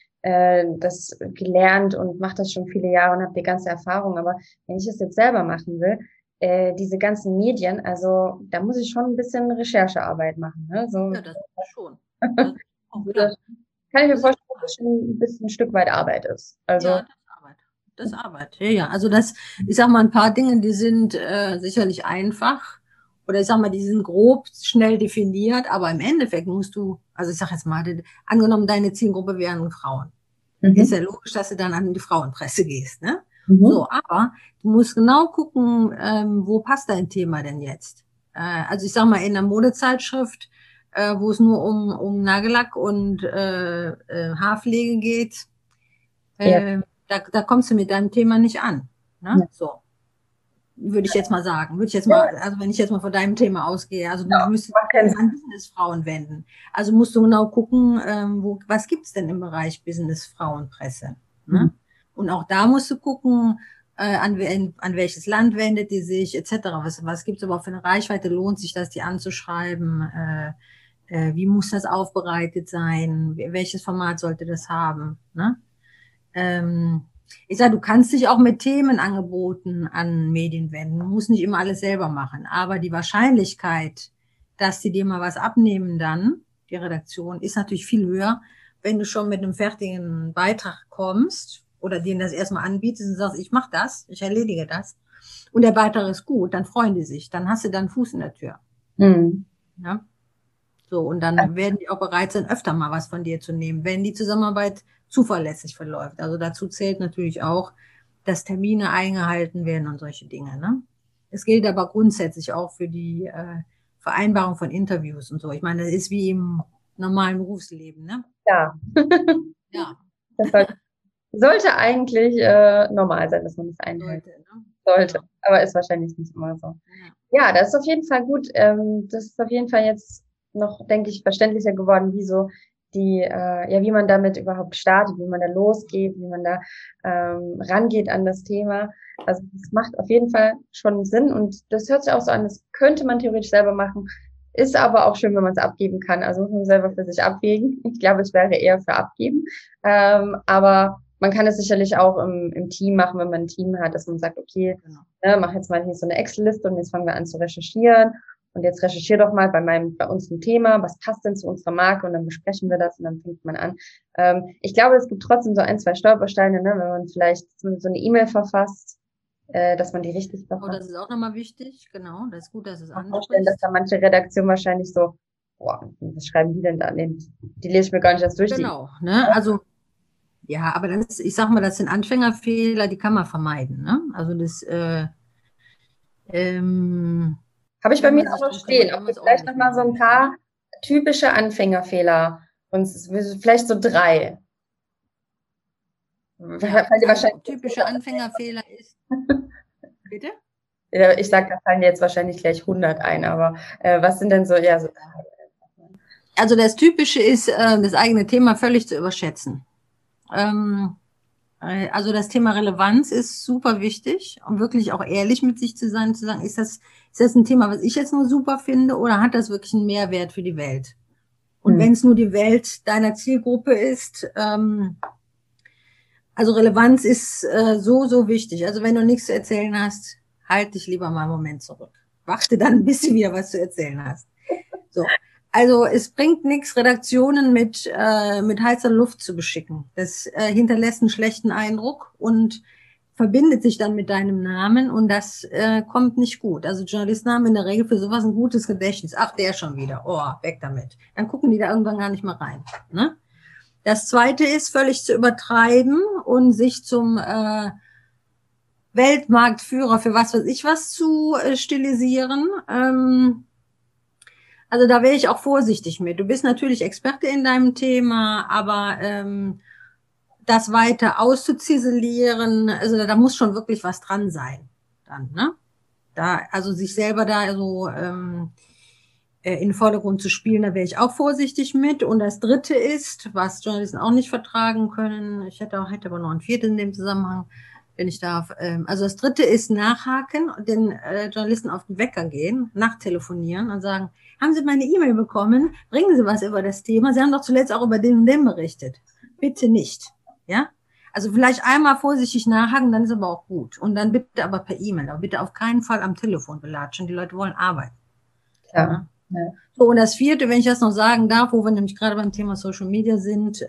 das gelernt und macht das schon viele Jahre und habt die ganze Erfahrung. Aber wenn ich es jetzt selber machen will, diese ganzen Medien, also da muss ich schon ein bisschen Recherchearbeit machen. Ne? So,
Ja, das schon. Das ist auch
also das
klar.
kann ich mir
Das ist
vorstellen, dass das schon ein bisschen ein Stück weit Arbeit ist.
Ja,
Also,
das ist Arbeit. Das ist Arbeit. Ja, ja. Also ich sag mal, ein paar Dinge, die sind sicherlich einfach. Oder ich sag mal, die sind grob, schnell definiert, aber im Endeffekt musst du, also ich sag jetzt mal, angenommen, deine Zielgruppe wären Frauen. Ist
mhm,
ja logisch, dass du dann an die Frauenpresse gehst, ne?
mhm,
So, aber du musst genau gucken, wo passt dein Thema denn jetzt? Also ich sag mal, in einer Modezeitschrift, wo es nur um Nagellack und Haarpflege geht,
ja,
da kommst du mit deinem Thema nicht an. Ne?
ja,
So, würde ich jetzt mal sagen. Also wenn ich jetzt mal von deinem Thema ausgehe, also du müsstest
macht
dich
keinen
eher an Businessfrauen wenden. Also musst du genau gucken, was gibt's denn im Bereich Business-Frauenpresse?
Sinn.
Ne? Und auch da musst du gucken, an welches Land wendet die sich, etc. Was gibt's überhaupt für eine Reichweite? Lohnt sich das, die anzuschreiben? Wie muss das aufbereitet sein? Welches Format sollte das haben? Ne? Ich sage, du kannst dich auch mit Themenangeboten an Medien wenden. Du musst nicht immer alles selber machen. Aber die Wahrscheinlichkeit, dass die dir mal was abnehmen dann, die Redaktion, ist natürlich viel höher, wenn du schon mit einem fertigen Beitrag kommst oder denen das erstmal anbietest und sagst, ich mache das, ich erledige das. Und der Beitrag ist gut, dann freuen die sich. Dann hast du dann Fuß in der Tür.
Mhm.
Ja? So, und dann werden die auch bereit sein, öfter mal was von dir zu nehmen, wenn die Zusammenarbeit zuverlässig verläuft. Also dazu zählt natürlich auch, dass Termine eingehalten werden und solche Dinge. Ne? Es gilt aber grundsätzlich auch für die Vereinbarung von Interviews und so. Ich meine, das ist wie im normalen Berufsleben. Ne?
Ja,
Ja,
das sollte eigentlich normal sein, dass man das einhält.
sollte. Ne?
Sollte,
Genau.
aber ist wahrscheinlich nicht immer so.
Ja.
Ja, das ist auf jeden Fall gut. Das ist auf jeden Fall jetzt noch, denke ich, verständlicher geworden, wie so ja, wie man damit überhaupt startet, wie man da losgeht, wie man da rangeht an das Thema. Also das macht auf jeden Fall schon Sinn und das hört sich auch so an, das könnte man theoretisch selber machen. Ist aber auch schön, wenn man es abgeben kann. Also muss man selber für sich abwägen. Ich glaube, ich wäre eher für abgeben. Aber man kann es sicherlich auch im Team machen, wenn man ein Team hat, dass man sagt, okay,
Genau.
mach jetzt mal hier so eine Excel-Liste und jetzt fangen wir an zu recherchieren. Und jetzt recherchier doch mal bei uns ein Thema, was passt denn zu unserer Marke und dann besprechen wir das und dann fängt man an. Ich glaube, es gibt trotzdem so ein, zwei Stolpersteine, ne, wenn man vielleicht so eine E-Mail verfasst, dass man die richtig
Oh,
verfasst.
das ist auch nochmal wichtig. Genau, das ist gut, dass es
Ich kann mir vorstellen, dass
ansprichst.
da manche Redaktionen wahrscheinlich so, boah, was schreiben die denn da? Nee, die lese ich mir gar nicht erst durch.
Genau, ne? Also ja, aber das, ich sag mal, das sind Anfängerfehler, die kann man vermeiden. Ne? Also das,
Habe ich bei
wenn
mir
man
auch
sich
noch
drum kümmert,
stehen.
wenn
Ob
man
wir
es
vielleicht
ordentlich
noch mal so
machen
ein
will. Ne?
paar typische Anfängerfehler uns, vielleicht so 3.
Ja,
Fallen dir
also
wahrscheinlich,
typische Anfängerfehler ist, bitte?
ja, ich sag, da fallen dir jetzt wahrscheinlich gleich 100 ein, aber was sind denn so, ja, so,
Also das Typische ist, das eigene Thema völlig zu überschätzen. Ähm, also das Thema Relevanz ist super wichtig, um wirklich auch ehrlich mit sich zu sein, zu sagen, ist das ein Thema, was ich jetzt nur super finde, oder hat das wirklich einen Mehrwert für die Welt? Und wenn es nur die Welt deiner Zielgruppe ist, also Relevanz ist so wichtig. Also wenn du nichts zu erzählen hast, halt dich lieber mal einen Moment zurück. Warte dann, bis du wieder was zu erzählen hast. So. Also es bringt nichts, Redaktionen mit heißer Luft zu beschicken. Das hinterlässt einen schlechten Eindruck und verbindet sich dann mit deinem Namen und das kommt nicht gut. Also Journalisten haben in der Regel für sowas ein gutes Gedächtnis. Ach, der schon wieder. Oh, weg damit. Dann gucken die da irgendwann gar nicht mehr rein. Ne? Das Zweite ist, völlig zu übertreiben und sich zum Weltmarktführer für was weiß ich was zu stilisieren. Also da wäre ich auch vorsichtig mit. Du bist natürlich Experte in deinem Thema, aber das weiter auszuziselieren, also da muss schon wirklich was dran sein. Dann, ne? Da, also sich selber da so in den Vordergrund zu spielen, da wäre ich auch vorsichtig mit. Und das Dritte ist, was Journalisten auch nicht vertragen können, hätte aber noch ein viertes in dem Zusammenhang, wenn ich darf. Also das Dritte ist nachhaken und den Journalisten auf den Wecker gehen, nachtelefonieren und sagen, haben Sie meine E-Mail bekommen? Bringen Sie was über das Thema? Sie haben doch zuletzt auch über den und den berichtet. Bitte nicht. Ja? Also vielleicht einmal vorsichtig nachhaken, dann ist aber auch gut. Und dann bitte aber per E-Mail, aber bitte auf keinen Fall am Telefon belatschen. Die Leute wollen arbeiten.
klar. Ja.
So, und das vierte, wenn ich das noch sagen darf, wo wir nämlich gerade beim Thema Social Media sind,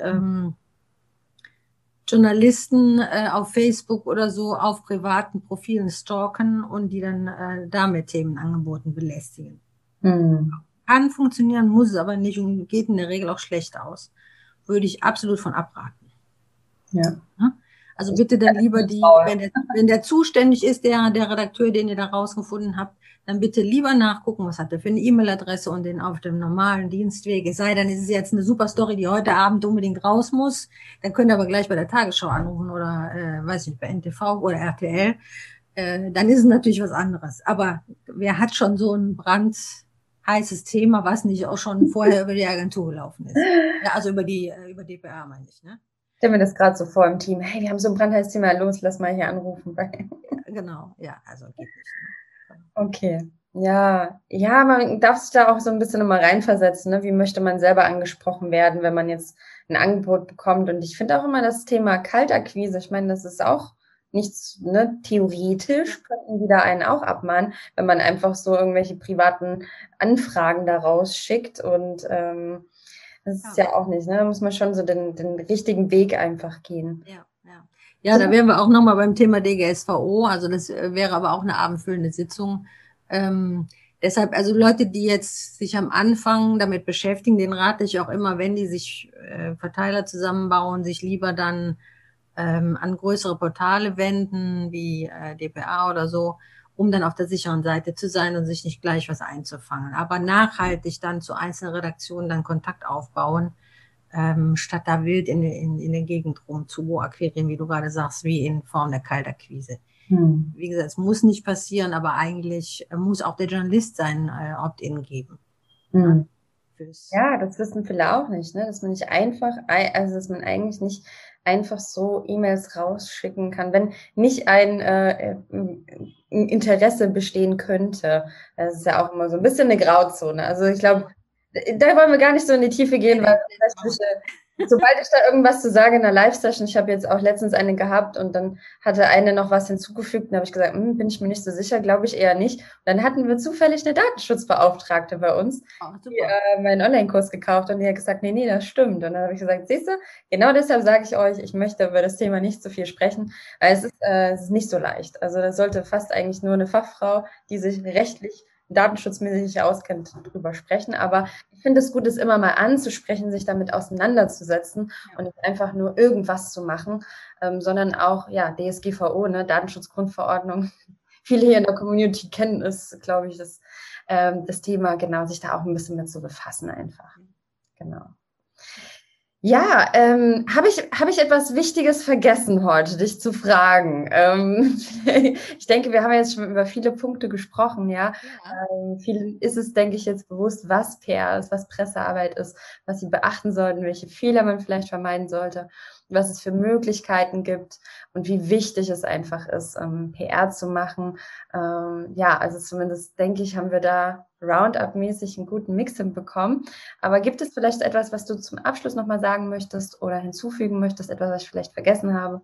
Journalisten auf Facebook oder so auf privaten Profilen stalken und die dann damit Themenangeboten belästigen. Kann funktionieren, muss es aber nicht und geht in der Regel auch schlecht aus. Würde ich absolut von abraten.
Ja.
Also bitte dann lieber wenn der zuständig ist, der Redakteur, den ihr da rausgefunden habt, dann bitte lieber nachgucken, was hat er für eine E-Mail-Adresse und den auf dem normalen Dienstweg. Es sei denn, es ist jetzt eine super Story, die heute Abend unbedingt raus muss. Dann könnt ihr aber gleich bei der Tagesschau anrufen oder, weiß nicht, bei NTV oder RTL. Dann ist es natürlich was anderes. Aber wer hat schon so ein brandheißes Thema, was nicht auch schon vorher über die Agentur gelaufen ist? Ja, also über DPA meine ich, ne?
Ich stelle mir das gerade so vor im Team. Hey, wir haben so ein brandheißes Thema. Los, lass mal hier anrufen.
Genau, ja, also geht nicht. Ne?
Okay. Ja, man darf sich da auch so ein bisschen immer reinversetzen, ne? Wie möchte man selber angesprochen werden, wenn man jetzt ein Angebot bekommt? Und ich finde auch immer das Thema Kaltakquise, ich meine, das ist auch nichts, ne? Theoretisch könnten die da einen auch abmahnen, wenn man einfach so irgendwelche privaten Anfragen da rausschickt und das ist ja auch nicht, ne? Da muss man schon so den richtigen Weg einfach gehen.
Ja, da wären wir auch nochmal beim Thema DGSVO. Also das wäre aber auch eine abendfüllende Sitzung. Deshalb, also Leute, die jetzt sich am Anfang damit beschäftigen, den rate ich auch immer, wenn die sich Verteiler zusammenbauen, sich lieber dann an größere Portale wenden, wie dpa oder so, um dann auf der sicheren Seite zu sein und sich nicht gleich was einzufangen. Aber nachhaltig dann zu einzelnen Redaktionen dann Kontakt aufbauen, statt da wild in der Gegend rum zu akquirieren, wie du gerade sagst, wie in Form der Kaltakquise. Wie gesagt, es muss nicht passieren, aber eigentlich muss auch der Journalist sein Opt-in geben.
Ja, das wissen viele auch nicht, ne? Dass man nicht einfach, also dass man eigentlich nicht einfach so E-Mails rausschicken kann, wenn nicht ein Interesse bestehen könnte. Das ist ja auch immer so ein bisschen eine Grauzone. Also ich glaube, da wollen wir gar nicht so in die Tiefe gehen, weil sobald ich da irgendwas zu sagen in der Live-Session, ich habe jetzt auch letztens eine gehabt und dann hatte eine noch was hinzugefügt und da habe ich gesagt, bin ich mir nicht so sicher, glaube ich eher nicht. Und dann hatten wir zufällig eine Datenschutzbeauftragte bei uns, die meinen Online-Kurs gekauft und die hat gesagt, nee, das stimmt. Und dann habe ich gesagt, siehst du, genau deshalb sage ich euch, ich möchte über das Thema nicht so viel sprechen, weil es ist nicht so leicht. Also da sollte fast eigentlich nur eine Fachfrau, die sich rechtlich datenschutzmäßig auskennt, drüber sprechen. Aber ich finde es gut, es immer mal anzusprechen, sich damit auseinanderzusetzen und nicht einfach nur irgendwas zu machen, sondern auch, ja, DSGVO, ne, Datenschutzgrundverordnung. Viele hier in der Community kennen es, glaube ich, das Thema, genau, sich da auch ein bisschen mit zu befassen einfach. Genau. Ja, habe ich etwas Wichtiges vergessen heute, dich zu fragen? Ich denke, wir haben jetzt schon über viele Punkte gesprochen, ja. Vielen ist es, denke ich, jetzt bewusst, was PR ist, was Pressearbeit ist, was sie beachten sollten, welche Fehler man vielleicht vermeiden sollte, was es für Möglichkeiten gibt und wie wichtig es einfach ist, PR zu machen. Ja, also zumindest denke ich, haben wir da Roundup-mäßig einen guten Mix hinbekommen. Aber gibt es vielleicht etwas, was du zum Abschluss nochmal sagen möchtest oder hinzufügen möchtest, etwas, was ich vielleicht vergessen habe?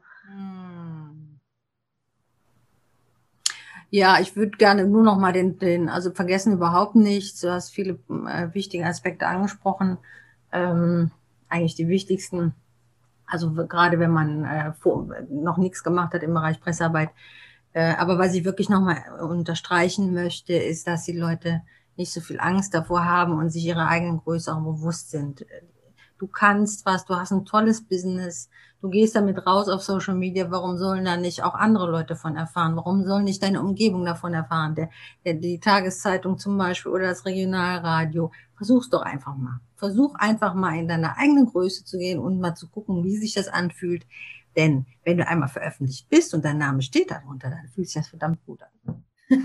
Ja, ich würde gerne nur noch mal also vergessen überhaupt nichts. Du hast viele wichtige Aspekte angesprochen, eigentlich die wichtigsten. Also gerade wenn man noch nichts gemacht hat im Bereich Pressearbeit. Aber was ich wirklich noch mal unterstreichen möchte, ist, dass die Leute nicht so viel Angst davor haben und sich ihrer eigenen Größe auch bewusst sind. Du kannst was, du hast ein tolles Business, du gehst damit raus auf Social Media, warum sollen da nicht auch andere Leute davon erfahren? Warum soll nicht deine Umgebung davon erfahren? Die Tageszeitung zum Beispiel oder das Regionalradio. Versuch's doch einfach mal. Versuch einfach mal in deine eigene Größe zu gehen und mal zu gucken, wie sich das anfühlt. Denn wenn du einmal veröffentlicht bist und dein Name steht darunter, dann fühlt sich das verdammt gut an.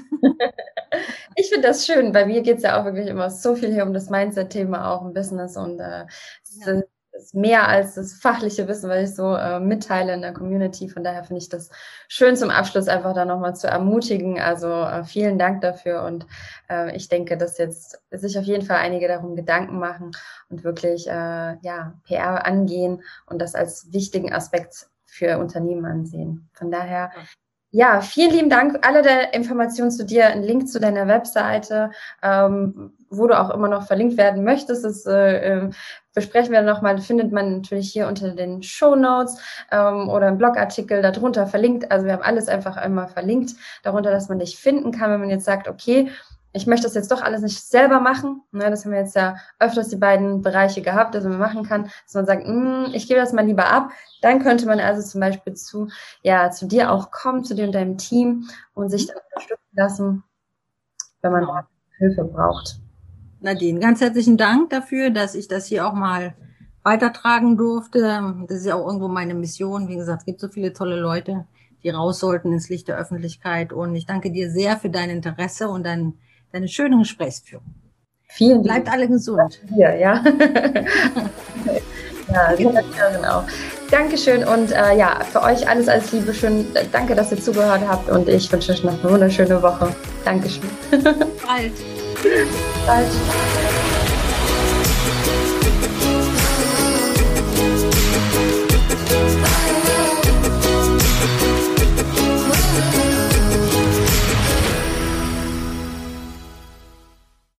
Ich finde das schön. Bei mir geht es ja auch wirklich immer so viel hier um das Mindset-Thema auch im Business und es ist mehr als das fachliche Wissen, was ich so mitteile in der Community. Von daher finde ich das schön zum Abschluss einfach da nochmal zu ermutigen. Also vielen Dank dafür und ich denke, dass jetzt sich auf jeden Fall einige darum Gedanken machen und wirklich PR angehen und das als wichtigen Aspekt für Unternehmen ansehen. Von daher ja, vielen lieben Dank. Alle der Informationen zu dir, ein Link zu deiner Webseite, wo du auch immer noch verlinkt werden möchtest. Das besprechen wir nochmal. Findet man natürlich hier unter den Shownotes oder im Blogartikel darunter verlinkt. Also wir haben alles einfach einmal verlinkt darunter, dass man dich finden kann, wenn man jetzt sagt, okay, ich möchte das jetzt doch alles nicht selber machen. Ne, das haben wir jetzt ja öfters die beiden Bereiche gehabt, dass man machen kann, dass man sagt, ich gebe das mal lieber ab. Dann könnte man also zum Beispiel zu dir auch kommen, zu dir und deinem Team und sich dann unterstützen lassen, wenn man Hilfe braucht.
Nadine, ganz herzlichen Dank dafür, dass ich das hier auch mal weitertragen durfte. Das ist ja auch irgendwo meine Mission. Wie gesagt, es gibt so viele tolle Leute, die raus sollten ins Licht der Öffentlichkeit. Und ich danke dir sehr für dein Interesse und deine schöne Gesprächsführung.
Vielen Dank.
Bleibt alle gesund.
Ja. Ja, genau. Dankeschön und für euch alles Liebe. Schön, danke, dass ihr zugehört habt und ich wünsche euch noch eine wunderschöne Woche. Dankeschön.
Bald.
Bald.